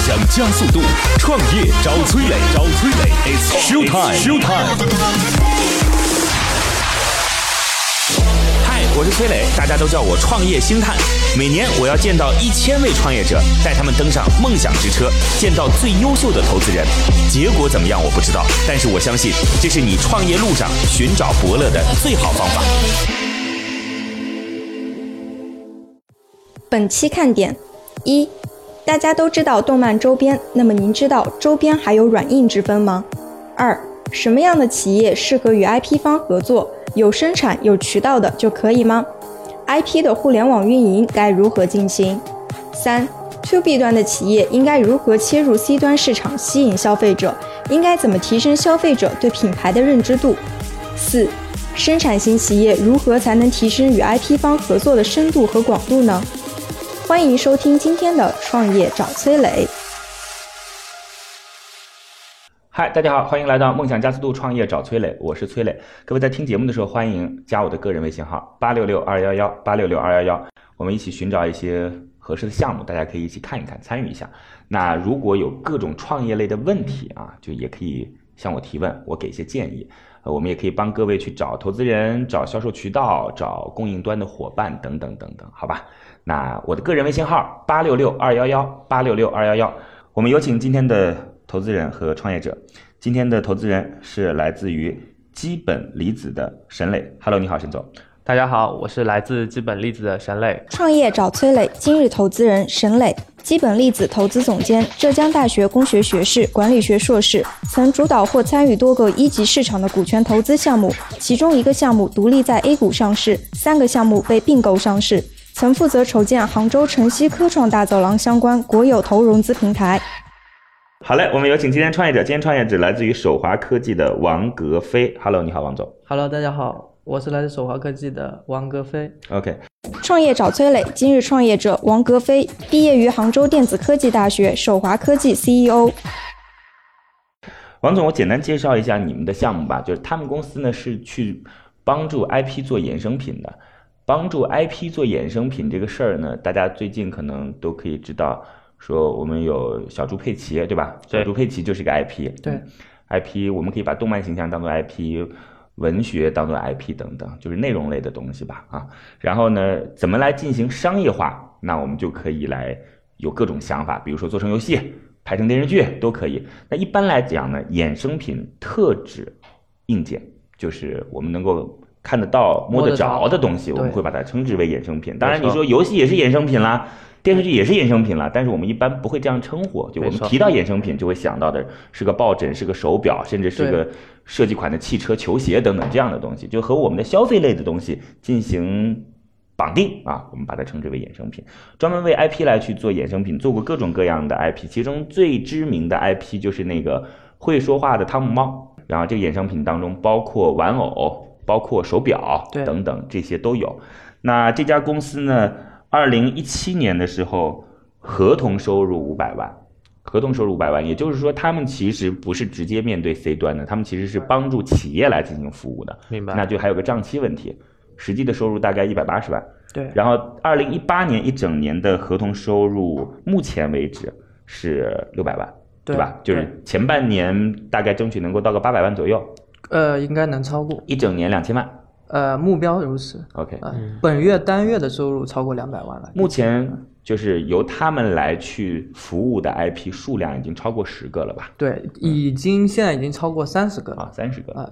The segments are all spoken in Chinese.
想加速度，创业找崔磊，It's show time。 我是崔磊，大家都叫我创业星探。每年我要见到1000位创业者，带他们登上梦想之车，见到最优秀的投资人。结果怎么样我不知道，但是我相信这是你创业路上寻找伯乐的最好方法。 本期看点：1. 大家都知道动漫周边，那么您知道周边还有软硬之分吗？2. 什么样的企业适合与 IP 方合作？有生产有渠道的就可以吗？ IP 的互联网运营该如何进行？3. To B 端的企业应该如何切入 C 端市场吸引消费者？应该怎么提升消费者对品牌的认知度？4. 生产型企业如何才能提升与 IP 方合作的深度和广度呢？欢迎收听今天的创业找崔磊。 嗨，大家好，欢迎来到梦想加速度创业找崔磊，我是崔磊。各位在听节目的时候，欢迎加我的个人微信号8662118662111，我们一起寻找一些合适的项目，大家可以一起看一看，参与一下。那如果有各种创业类的问题啊，就也可以向我提问，我给一些建议。我们也可以帮各位去找投资人、找销售渠道、找供应端的伙伴等等等等，好吧？那我的个人微信号8662118662111，我们有请今天的投资人和创业者。今天的投资人是来自于基本离子的沈磊。 Hello， 你好，沈总。 大家好，我是来自基本粒子的沈磊。 创业找崔磊，今日投资人沈磊，基本粒子投资总监，浙江大学工学学士、管理学硕士，曾主导或参与多个一级市场的股权投资项目，其中1个项目独立在 A 股上市，3个项目被并购上市，曾负责筹建杭州晨曦科创大走廊相关国有投融资平台。 好嘞，我们有请今天创业者。今天创业者来自于首华科技的王格飞。Hello， 你好，王总。 Hello， 大家好，我是来自首华科技的王格飞。 OK。 创业找崔磊，今日创业者王格飞，毕业于杭州电子科技大学，首华科技 CEO。 王总，我简单介绍一下你们的项目吧。就是他们公司呢是去帮助 IP 做衍生品的。帮助 IP 做衍生品这个事儿呢，大家最近可能都可以知道。说我们有小猪佩奇，对吧？小猪佩奇就是个 IP。 对 ，IP 我们可以把动漫形象当做 IP， 文学当做 IP 等等，就是内容类的东西吧啊。然后呢，怎么来进行商业化？那我们就可以来有各种想法，比如说做成游戏、拍成电视剧都可以。那一般来讲呢，衍生品特指硬件，就是我们能够看得到、摸得着的东西，我们会把它称之为衍生品。当然，你说游戏也是衍生品啦。电视剧也是衍生品了，但是我们一般不会这样称呼。就我们提到衍生品，就会想到的是个抱枕、是个手表，甚至是个设计款的汽车、球鞋等等这样的东西，就和我们的消费类的东西进行绑定啊，我们把它称之为衍生品。专门为 IP 来去做衍生品，做过各种各样的 IP， 其中最知名的 IP 就是那个会说话的汤姆猫。然后这个衍生品当中包括玩偶、包括手表等等，这些都有。那这家公司呢？2017年的时候，合同收入500万，也就是说，他们其实不是直接面对 C 端的，他们其实是帮助企业来进行服务的。 明白？ 那就还有个账期问题，实际的收入大概180万。 对。 然后2018年一整年的合同收入，目前为止是600万，对吧？就是前半年大概争取能够到个800万左右。 应该能超过。 一整年2000万。 目标如此。 OK， 本月单月的收入超过200万了。 目前就是由他们来去服务的 IP 数量已经超过10个了吧？ 对，现在已经超过30个了。 30个。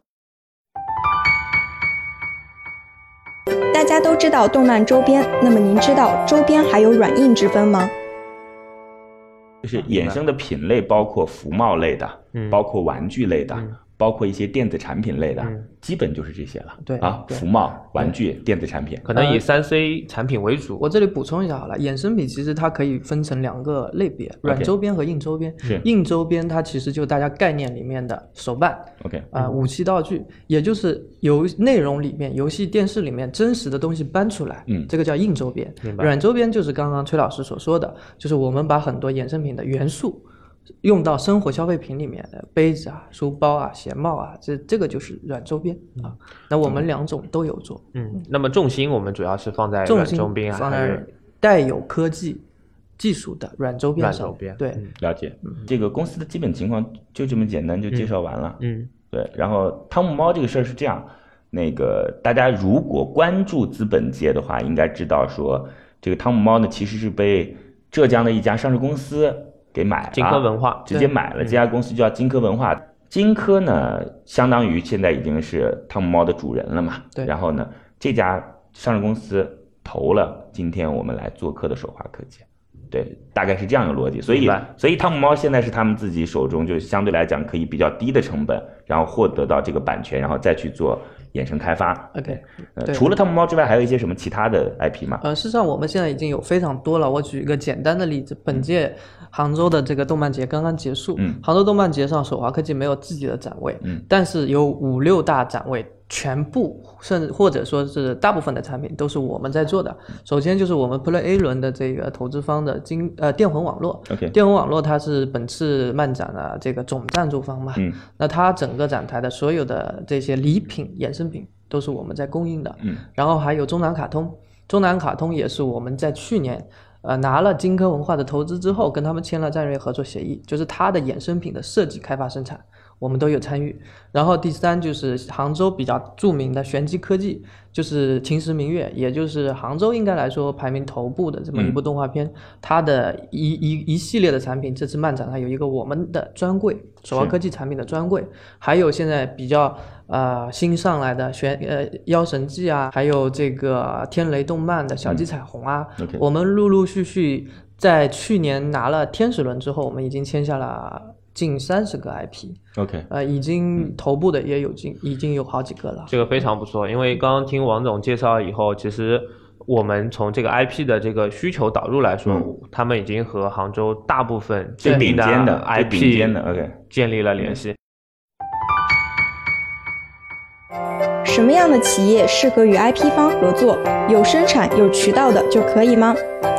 大家都知道动漫周边，那么您知道周边还有软硬之分吗？ 就是衍生的品类包括服贸类的，包括玩具类的。包括一些电子产品类的，基本就是这些了。 对啊，服贸、玩具、电子产品， 可能以3C 产品为主。我这里补充一下好了，衍生品其实它可以分成2个类别，软周边和硬周边。硬周边它其实就大家概念里面的手办武器道具，也就是由内容里面、游戏、电视里面真实的东西搬出来，这个叫硬周边。软周边就是刚刚崔老师所说的，就是我们把很多衍生品的元素用到生活消费品里面的杯子啊、书包啊、鞋帽啊，这个就是软周边啊。那我们2种都有做。 那么重心我们主要是放在软周边， 放在带有科技、 技术的软周边上。对， 了解。这个公司的基本情况就这么简单就介绍完了。对。然后汤姆猫这个事儿是这样，那个大家如果关注资本界的话，应该知道说这个汤姆猫呢其实是被浙江的一家上市公司给买了， 金科文化直接买了，这家公司叫金科文化。金科呢相当于现在已经是汤姆猫的主人了嘛。 对。 然后呢这家上市公司投了今天我们来做客的首华科技。对，大概是这样的逻辑。所以汤姆猫现在是他们自己手中就相对来讲可以比较低的成本，然后获得到这个版权，然后再去做衍生开发。 OK， 除了汤姆猫之外，还有一些什么其他的 IP 吗？ 事实上我们现在已经有非常多了。我举一个简单的例子，本届杭州的这个动漫节刚刚结束，杭州动漫节上首华科技没有自己的展位，但是有5、6大展位。全部甚至或者说是大部分的产品都是我们在做的。首先就是我们 Play A 轮的这个投资方的电魂网络。电魂网络它是本次漫展的这个总赞助方嘛。那它整个展台的所有的这些礼品衍生品都是我们在供应的。然后还有中南卡通，中南卡通也是我们在去年拿了金科文化的投资之后，跟他们签了战略合作协议，就是它的衍生品的设计、开发、生产。我们都有参与。然后第三就是杭州比较著名的玄机科技，就是秦时明月，也就是杭州应该来说排名头部的这么一部动画片，它的一系列的产品，这次漫展上有一个我们的专柜，首华科技产品的专柜，还有现在比较新上来的妖神记啊，还有这个天雷动漫的小鸡彩虹啊，我们陆陆续续在去年拿了天使轮之后，我们已经签下了近30个 IP， 已经头部的也有已经有好几个了。 这个非常不错，因为刚刚听王总介绍以后，其实我们从这个 IP 的这个需求导入来说，他们已经和杭州大部分最顶尖的 IP 建立了联系。 什么样的企业适合与 IP 方合作？有生产有渠道的就可以吗？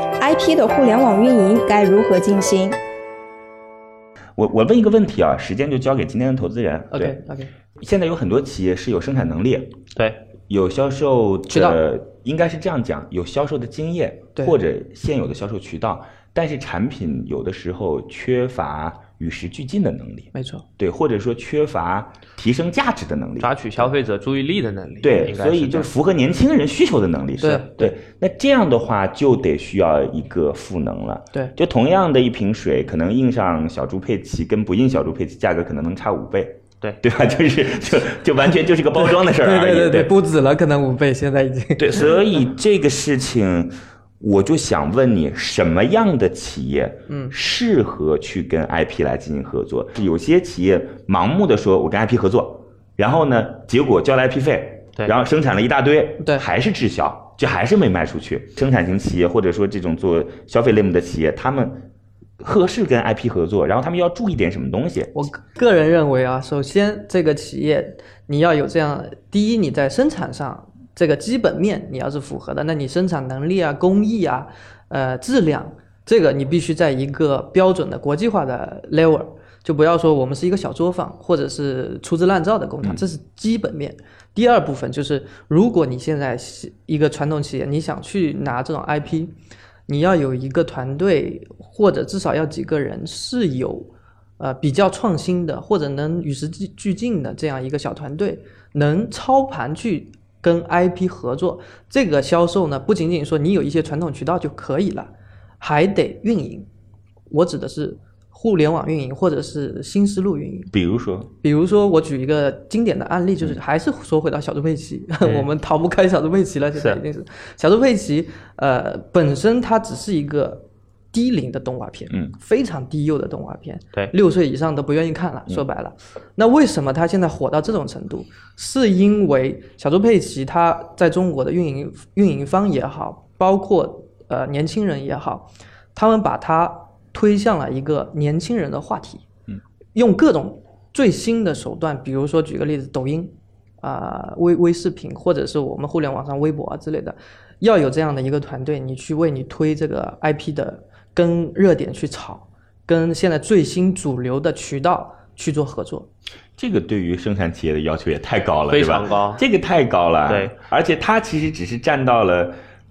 IP 的互联网运营该如何进行？ 我问一个问题啊，时间就交给今天的投资人。 OK， 现在有很多企业是有生产能力， 对， 有销售渠道， 应该是这样讲，有销售的经验或者现有的销售渠道，但是产品有的时候缺乏与时俱进的能力。 没错， 对，或者说缺乏提升价值的能力， 抓取消费者注意力的能力。 对，所以就是符合年轻人需求的能力。对，那这样的话就得需要一个赋能了。 对， 就同样的一瓶水，可能印上小猪佩奇跟不印小猪佩奇价格可能能差5倍。对吧？就完全就是个包装的事儿而已。 对，不止了，可能5倍，现在已经。 对，所以这个事情，我就想问你，什么样的企业适合去跟 IP 来进行合作？有些企业盲目的说我跟 IP 合作，然后呢，结果交了 IP 费，然后生产了一大堆，还是滞销，就还是没卖出去。生产型企业或者说这种做消费类目的企业，他们合适跟 IP 合作，然后他们要注意点什么东西？ 我个人认为啊，首先这个企业你要有这样，第一，你在生产上这个基本面你要是符合的，那你生产能力啊、工艺啊、质量，这个你必须在一个标准的国际化的 level， 就不要说我们是一个小作坊或者是粗制滥造的工厂，这是基本面。第二部分就是，如果你现在是一个传统企业，你想去拿这种 IP， 你要有一个团队，或者至少要几个人是有比较创新的，或者能与时俱进的这样一个小团队，能操盘去跟 IP 合作。这个销售呢，不仅仅说你有一些传统渠道就可以了，还得运营。我指的是互联网运营或者是新思路运营。 比如说我举一个经典的案例，就是还是说回到小猪佩奇，我们逃不开小猪佩奇了，现在一定是小猪佩奇。本身它只是一个低龄的动画片，非常低幼的动画片， 对 ，6岁以上都不愿意看了。说白了，那为什么它现在火到这种程度？是因为小猪佩奇它在中国的运营方也好，包括年轻人也好，他们把它推向了一个年轻人的话题，用各种最新的手段，比如说举个例子，抖音微视频，或者是我们互联网上微博之类的，要有这样的一个团队，你去为你推这个 IP 的，跟热点去炒，跟现在最新主流的渠道去做合作。 这个对于生产企业的要求也太高了， 非常高， 这个太高了。 对， 而且它其实只是占到了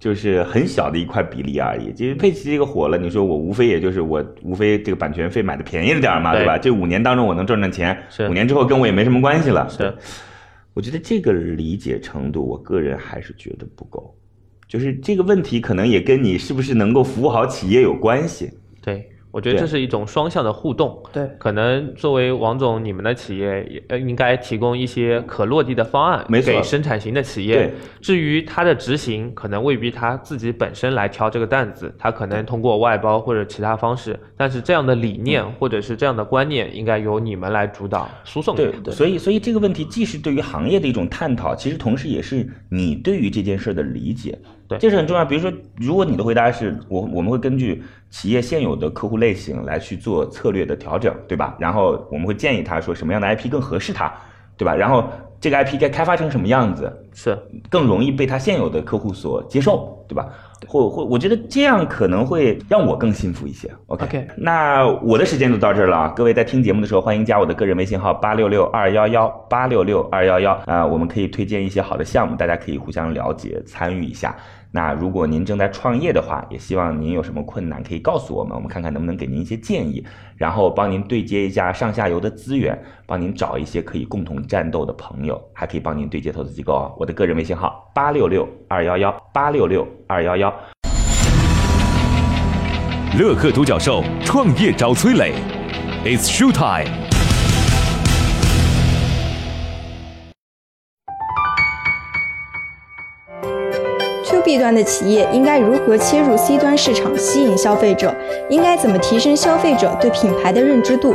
就是很小的一块比例而已。其实佩奇这个火了，你说我无非也就是我无非这个版权费买的便宜了点嘛，对吧？这5年当中我能赚钱，5年之后跟我也没什么关系了。 是， 我觉得这个理解程度，我个人还是觉得不够。就是这个问题可能也跟你是不是能够服务好企业有关系。 对。我觉得这是一种双向的互动， 对， 可能作为王总，你们的企业也应该提供一些可落地的方案给生产型的企业。至于它的执行，可能未必他自己本身来挑这个担子，他可能通过外包或者其他方式。但是这样的理念或者是这样的观念，应该由你们来主导输送。 对，所以这个问题既是对于行业的一种探讨，其实同时也是你对于这件事的理解。 对， 这是很重要。比如说，如果你的回答是我们会根据企业现有的客户类型来去做策略的调整，对吧？然后我们会建议他说什么样的 IP 更合适他，对吧？然后这个 IP 该开发成什么样子， 是更容易被他现有的客户所接受，对吧？或我觉得这样可能会让我更幸福一些。OK， 那我的时间就到这儿了啊！各位在听节目的时候，欢迎加我的个人微信号866-211-866-211我们可以推荐一些好的项目，大家可以互相了解参与一下。那如果您正在创业的话，也希望您有什么困难可以告诉我们，我们看看能不能给您一些建议，然后帮您对接一下上下游的资源，帮您找一些可以共同战斗的朋友，还可以帮您对接投资机构啊。我的个人微信号866-211-866-211。 乐客独角兽创业找崔磊 ，It's show time。 To B 端的企业应该如何切入 C 端市场，吸引消费者？应该怎么提升消费者对品牌的认知度？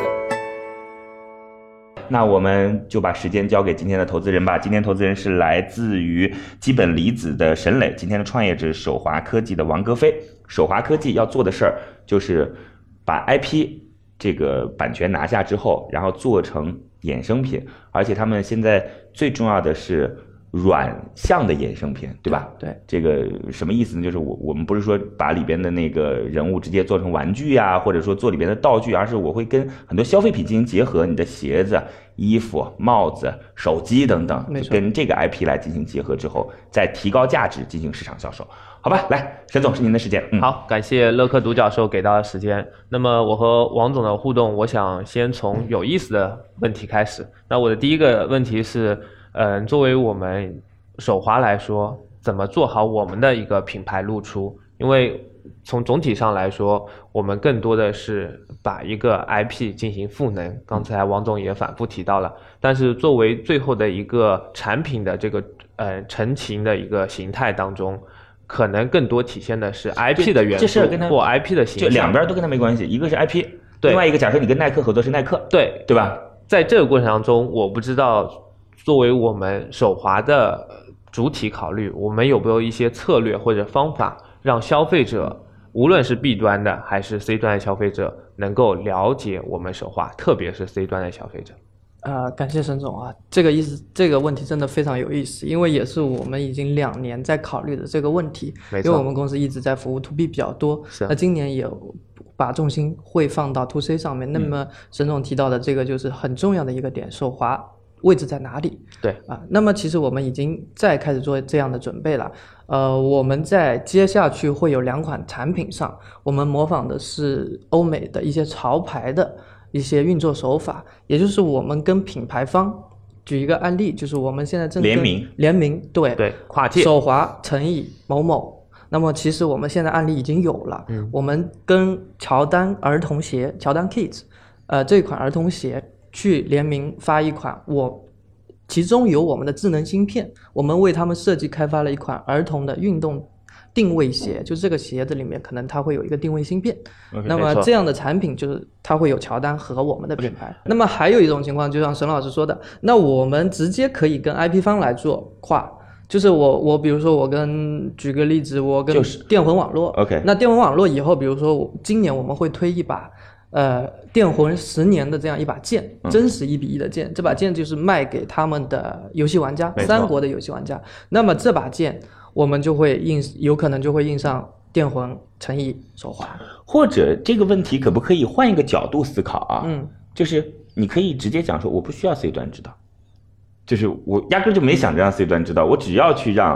那我们就把时间交给今天的投资人吧。今天投资人是来自于基本离子的沈磊，今天的创业者是首华科技的王戈飞。首华科技要做的事儿就是把 IP 这个版权拿下之后，然后做成衍生品，而且他们现在最重要的是软项的衍生品，对吧？ 对， 这个什么意思呢？就是我们不是说把里边的那个人物直接做成玩具啊，或者说做里边的道具，而是我会跟很多消费品进行结合，你的鞋子、衣服、帽子、手机等等，跟这个 IP 来进行结合之后，再提高价值进行市场销售。好吧，来，沈总是您的时间。 好，感谢乐客独角兽给到的时间。那么我和王总的互动，我想先从有意思的问题开始。那我的第一个问题是，作为我们首华来说，怎么做好我们的一个品牌露出？因为从总体上来说，我们更多的是把一个 IP 进行赋能，刚才王总也反复提到了。但是作为最后的一个产品的这个成型的一个形态当中，可能更多体现的是 IP 的元素或 IP 的形象， 就两边都跟它没关系，一个是 IP， 另外一个假设你跟耐克合作是耐克， 对吧？ 在这个过程当中，我不知道作为我们首华的主体考虑，我们有没有一些策略或者方法，让消费者无论是 B 端的还是 C 端的消费者能够了解我们首华，特别是 C 端的消费者。 感谢沈总啊，这个问题真的非常有意思，因为也是我们已经2年在考虑的这个问题。 没错， 因为我们公司一直在服务 To B 比较多，那今年也把重心会放到 To C 上面。那么沈总提到的这个就是很重要的一个点，首华位置在哪里？ 对啊，那么其实我们已经在开始做这样的准备了。我们在接下去会有2款产品上，我们模仿的是欧美的一些潮牌的一些运作手法，也就是我们跟品牌方，举一个案例，就是我们现在正联名， 对， 跨界， 首华、诚意、某某。那么其实我们现在案例已经有了，我们跟乔丹儿童鞋，乔丹 Kids， 这款儿童鞋去联名发一款，其中有我们的智能芯片，我们为他们设计开发了一款儿童的运动定位鞋，就是这个鞋子里面可能它会有一个定位芯片，那么这样的产品就是它会有乔丹和我们的品牌。那么还有一种情况，就像沈老师说的，那我们直接可以跟 IP 方来做跨，就是我比如说我举个例子，我跟电魂网络，那电魂网络以后，比如说今年我们会推一把电魂10年的这样一把剑，真实1:1的剑，这把剑就是卖给他们的游戏玩家，3国的游戏玩家。那么这把剑我们就会有可能就会印上电魂、诚意、首华。 或者这个问题可不可以换一个角度思考啊？就是你可以直接讲说，我不需要 C 端知道，就是我压根就没想着让 C 端知道，我只要去让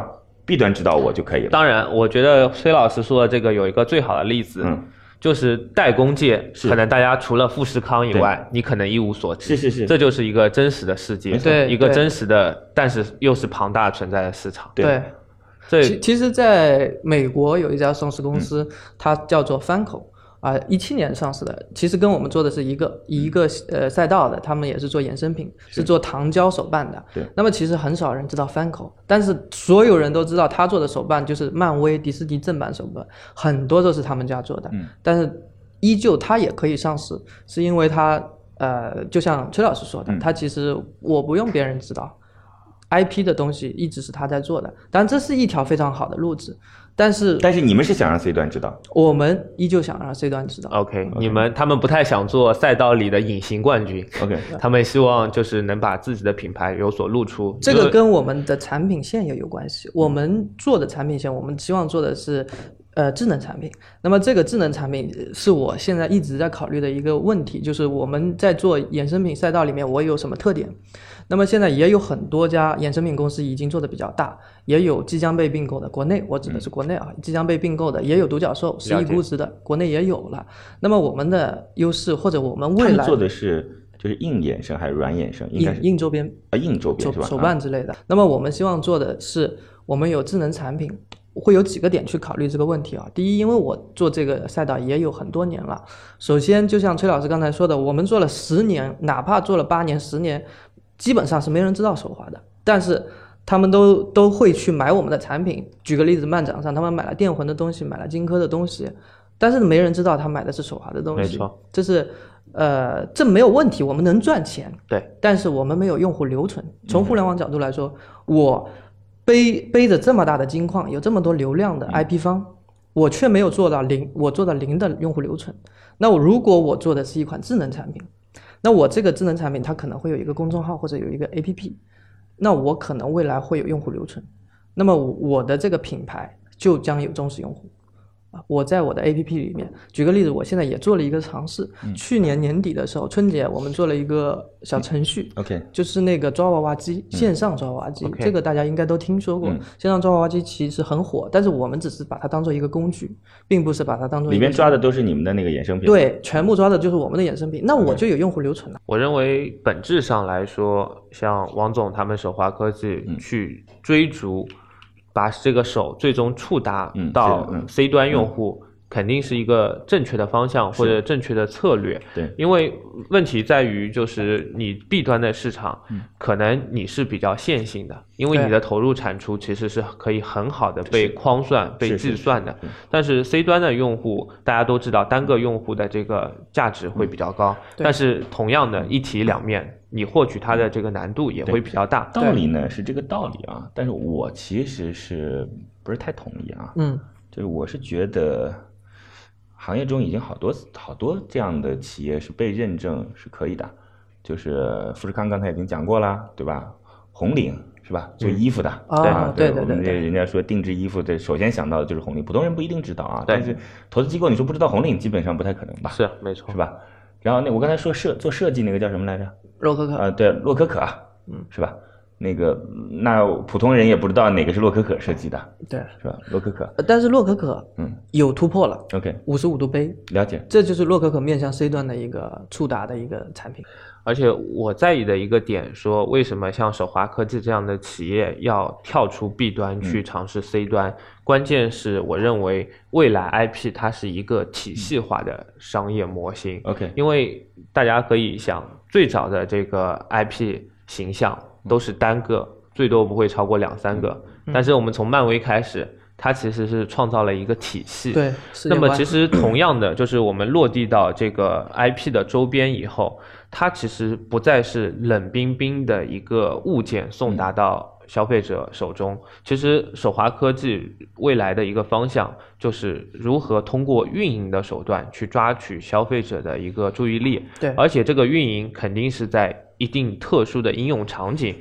B 端知道我就可以了。 当然，我觉得崔老师说的这个有一个最好的例子，就是代工界，可能大家除了富士康以外，你可能一无所知。 是， 这就是一个真实的世界，一个真实的，但是又是庞大存在的市场。 对。其实在美国有一家上市公司，它叫做 Fanco。17年上市的，其实跟我们做的是一个赛道的，他们也是做衍生品，是做糖胶手办的。 对。 那么其实很少人知道 Fanco， 但是所有人都知道他做的手办就是漫威、迪士尼正版手办，很多都是他们家做的。但是依旧他也可以上市，是因为他就像崔老师说的，他其实我不用别人知道。IP 的东西一直是他在做的，当然这是一条非常好的路子，但是你们是想让 C 端知道， 我们依旧想让 C 端知道。 OK， 他们不太想做赛道里的隐形冠军。 OK， 他们希望就是能把自己的品牌有所露出。 这个跟我们的产品线也有关系。我们做的产品线，我们希望做的是智能产品。那么这个智能产品是我现在一直在考虑的一个问题，就是我们在做衍生品赛道里面，我有什么特点？那么现在也有很多家衍生品公司已经做得比较大，也有即将被并购的，国内我指的是国内即将被并购的，也有独角兽10亿估值的，国内也有了。那么我们的优势或者我们未来他们做的是就是硬衍生还是软衍生？应该是硬周边硬周边是吧？ 手办之类的。那么我们希望做的是，我们有智能产品，会有几个点去考虑这个问题啊。第一，因为我做这个赛道也有很多年了，首先就像崔老师刚才说的，我们做了10年，哪怕做了8年、10年。基本上是没人知道手滑的，但是他们都会去买我们的产品。举个例子，漫展上他们买了电魂的东西，买了荆轲的东西，但是没人知道他买的是手滑的东西。 没错， 这是这没有问题，我们能赚钱。 对， 但是我们没有用户留存。从互联网角度来说，我背着这么大的金矿，有这么多流量的 IP 方，我却没有做到零，我做到0的用户留存。那如果我做的是一款智能产品，那我这个智能产品它可能会有一个公众号或者有一个 APP， 那我可能未来会有用户留存，那么我的这个品牌就将有忠实用户。我在我的 APP 里面，举个例子，我现在也做了一个尝试。去年年底的时候，春节我们做了一个小程序 ，OK， 就是那个抓娃娃机，线上抓娃娃机，这个大家应该都听说过。线上抓娃娃机其实很火，但是我们只是把它当做一个工具，并不是把它当做里面抓的都是你们的那个衍生品。 对，全部抓的就是我们的衍生品，那我就有用户留存了。 我认为本质上来说，像王总他们手滑科技去追逐。把这个手最终触达到 C 端用户，肯定是一个正确的方向或者正确的策略。 对， 因为问题在于就是你 B 端的市场，可能你是比较线性的，因为你的投入产出其实是可以很好的被框算、被计算的。但是 C 端的用户，大家都知道单个用户的这个价值会比较高，但是同样的一体两面。你获取它的这个难度也会比较大。 道理呢是这个道理啊，但是我其实是不是太同意啊？就是我是觉得行业中已经好多这样的企业是被认证是可以的，就是富士康刚才已经讲过了，对吧？红领是吧？做衣服的， 对， 我们人家说定制衣服，这首先想到的就是红领，普通人不一定知道啊。 对， 但是投资机构你说不知道红领，基本上不太可能吧？ 是，没错， 是吧？然后我刚才说做设计那个叫什么来着？ 洛可可对，洛可可，是吧？那普通人也不知道哪个是洛可可设计的， 对， 是吧？洛可可， 但是洛可可，有突破了。 OK， 55度杯， 了解， 这就是洛可可面向 C 端的一个触达的一个产品。 而且我在意的一个点说，为什么像手滑科技这样的企业要跳出 B 端去尝试 C 端？关键是我认为未来 IP 它是一个体系化的商业模型。 OK， 因为大家可以想，最早的这个 IP 形象都是单个，最多不会超过2-3个。但是我们从漫威开始，它其实是创造了一个体系。 对， 那么其实同样的，就是我们落地到这个 IP 的周边以后，它其实不再是冷冰冰的一个物件送达到消费者手中。其实手滑科技未来的一个方向就是如何通过运营的手段去抓取消费者的一个注意力。 对， 而且这个运营肯定是在一定特殊的应用场景。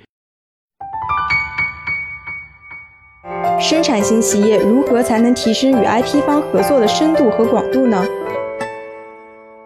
生产型企业如何才能提升与 IP 方合作的深度和广度呢？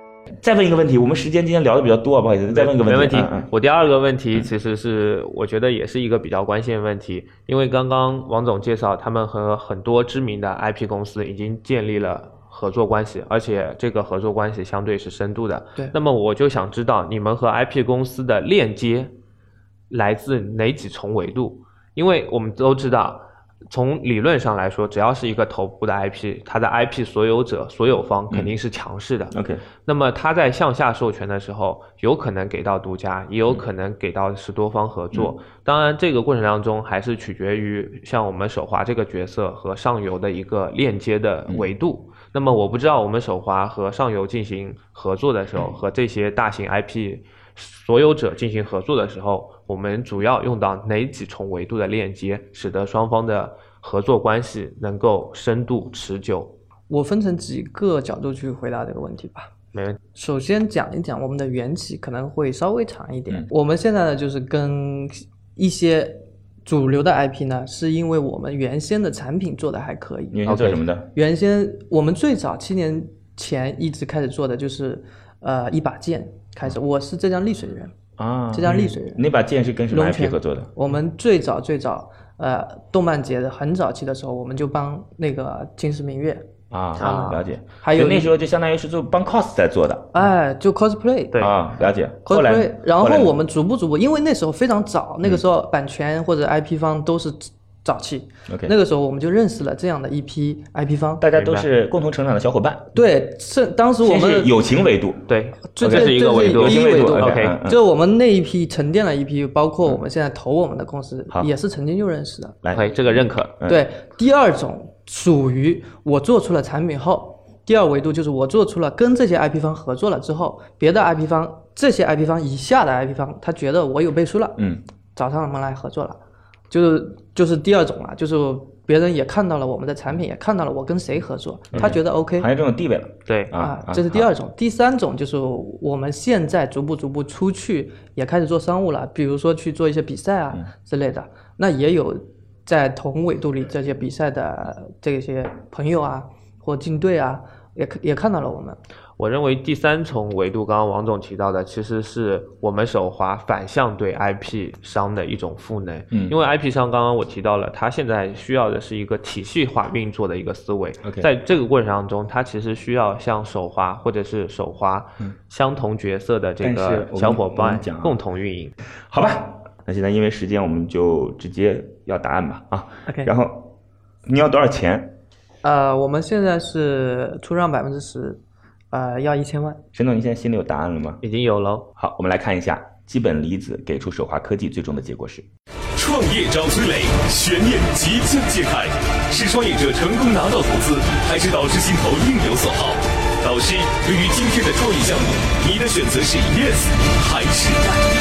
再问一个问题，我们时间今天聊的比较多，不好意思，再问一个问题。 没问题。我第二个问题其实是我觉得也是一个比较关键的问题，因为刚刚王总介绍，他们和很多知名的 IP 公司已经建立了合作关系，而且这个合作关系相对是深度的。 对。 那么我就想知道，你们和 IP 公司的链接来自哪几重维度？因为我们都知道，从理论上来说，只要是一个头部的 IP， 它的 IP 所有者、所有方肯定是强势的。 OK。 那么它在向下授权的时候，有可能给到独家，也有可能给到是多方合作。当然，这个过程当中还是取决于像我们手滑这个角色和上游的一个链接的维度。那么我不知道我们手滑和上游进行合作的时候，和这些大型 IP 所有者进行合作的时候，我们主要用到哪几重维度的链接，使得双方的合作关系能够深度持久？ 我分成几个角度去回答这个问题吧。 没问题。 首先讲一讲我们的缘起，可能会稍微长一点。我们现在呢，就是跟一些主流的 IP 呢，是因为我们原先的产品做的还可以。 原先做什么的？ 原先我们最早7年前一直开始做的就是一把剑开始。我是浙江丽水人啊，浙江丽水人。 那把剑是跟什么 IP 合作的？ 我们最早动漫节的很早期的时候，我们就帮那个金石明月啊，了解。 还有那时候就相当于是做帮 cos 在做的， 哎，就 cosplay。 对啊，了解。 cosplay，然后我们逐步，因为那时候非常早，那个时候版权或者 IP 方都是早期。 OK， 那个时候我们就认识了这样的一批 IP 方， 大家都是共同成长的小伙伴。 对，是当时我们是友情维度， 对， 这是一个维度， 第一维度。 OK， 就我们那一批沉淀了一批，包括我们现在投我们的公司，也是曾经就认识的。 来， 这个认可。 对，第二种属于我做出了产品后，第二维度就是我做出了跟这些 IP 方合作了之后，别的 IP 方，这些 IP 方以下的 IP 方，他觉得我有背书了，找上门来合作了，就是第二种了，就是别人也看到了我们的产品，也看到了我跟谁合作，他觉得 OK， 还有这种地位了。 对这是第二种。第三种就是我们现在逐步出去也开始做商务了，比如说去做一些比赛啊之类的，那也有在同维度里这些比赛的这些朋友啊或竞队啊也看到了我们。 我认为第三重维度，刚刚王总提到的，其实是我们手滑反向对 IP 商的一种赋能。因为 IP 商刚刚我提到了，它现在需要的是一个体系化运作的一个思维。在这个过程当中，它其实需要像手滑或者是手滑相同角色的这个小伙伴共同运营。 好吧，那现在因为时间，我们就直接要答案吧啊。 OK， 然后你要多少钱？ 我们现在是出让10%。要1000万。 沈总，你现在心里有答案了吗？ 已经有了。 好，我们来看一下基本离子给出手滑科技最终的结果是： 创业找崔磊，悬念即将揭开，是创业者成功拿到投资，还是导师心头另有所好？导师，对于今天的创业项目，你的选择是 yes 还是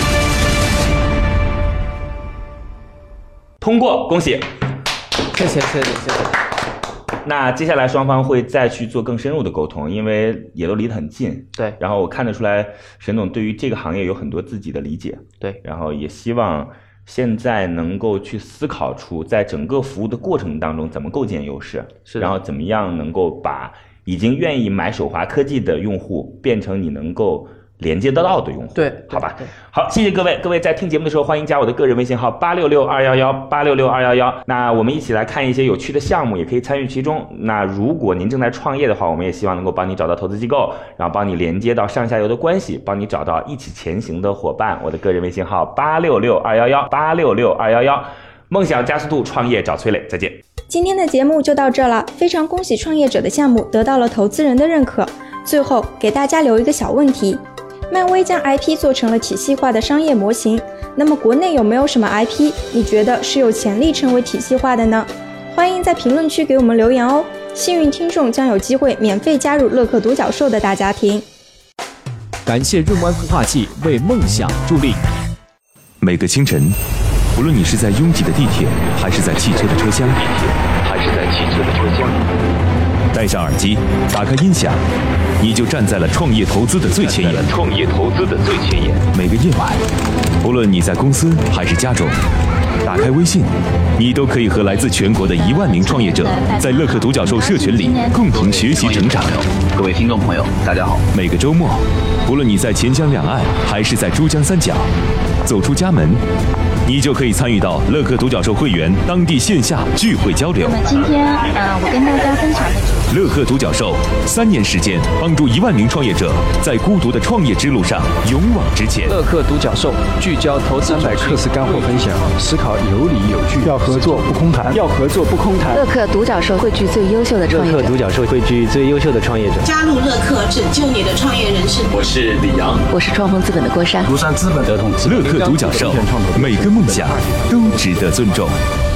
no？ 通过，恭喜！ 谢谢。 那接下来双方会再去做更深入的沟通，因为也都离得很近。 对， 然后我看得出来，沈总对于这个行业有很多自己的理解。 对， 然后也希望现在能够去思考出在整个服务的过程当中怎么构建优势，然后怎么样能够把已经愿意买手滑科技的用户变成你能够连接得到的用户。 对， 好吧。好，谢谢各位。各位在听节目的时候，欢迎加我的个人微信号866211866211。那我们一起来看一些有趣的项目，也可以参与其中。那如果您正在创业的话，我们也希望能够帮你找到投资机构，然后帮你连接到上下游的关系，帮你找到一起前行的伙伴。我的个人微信号866211866211。梦想加速度，创业找崔磊。再见。 今天的节目就到这了，非常恭喜创业者的项目得到了投资人的认可。最后给大家留一个小问题。漫威将 IP 做成了体系化的商业模型，那么国内有没有什么 IP 你觉得是有潜力成为体系化的呢？欢迎在评论区给我们留言哦，幸运听众将有机会免费加入乐客独角兽的大家庭。 感谢润湾孵化器为梦想助力。每个清晨，无论你是在拥挤的地铁，还是在汽车的车厢，戴上耳机，打开音响，你就站在了创业投资的最前沿。每个夜晚，不论你在公司还是家中， 打开微信，你都可以和来自全国的1万名创业者在乐客独角兽社群里共同学习成长。 各位听众朋友，大家好。 每个周末，不论你在钱江两岸还是在珠江三角，走出家门，你就可以参与到乐客独角兽会员当地线下聚会交流。 那么今天我跟大家分享的是乐客独角兽3年时间，帮助1万名创业者在孤独的创业之路上勇往直前。 乐客独角兽聚焦投资300课时干货分享，思考有理有据，要合作不空谈，要合作不空谈。 乐客独角兽汇聚最优秀的创业者。 乐客独角兽汇聚最优秀的创业者。 加入乐客，拯救你的创业人生。 我是李阳， 我是创丰资本的郭珊， 庐山资本德同。 乐客独角兽，每个梦想都值得尊重。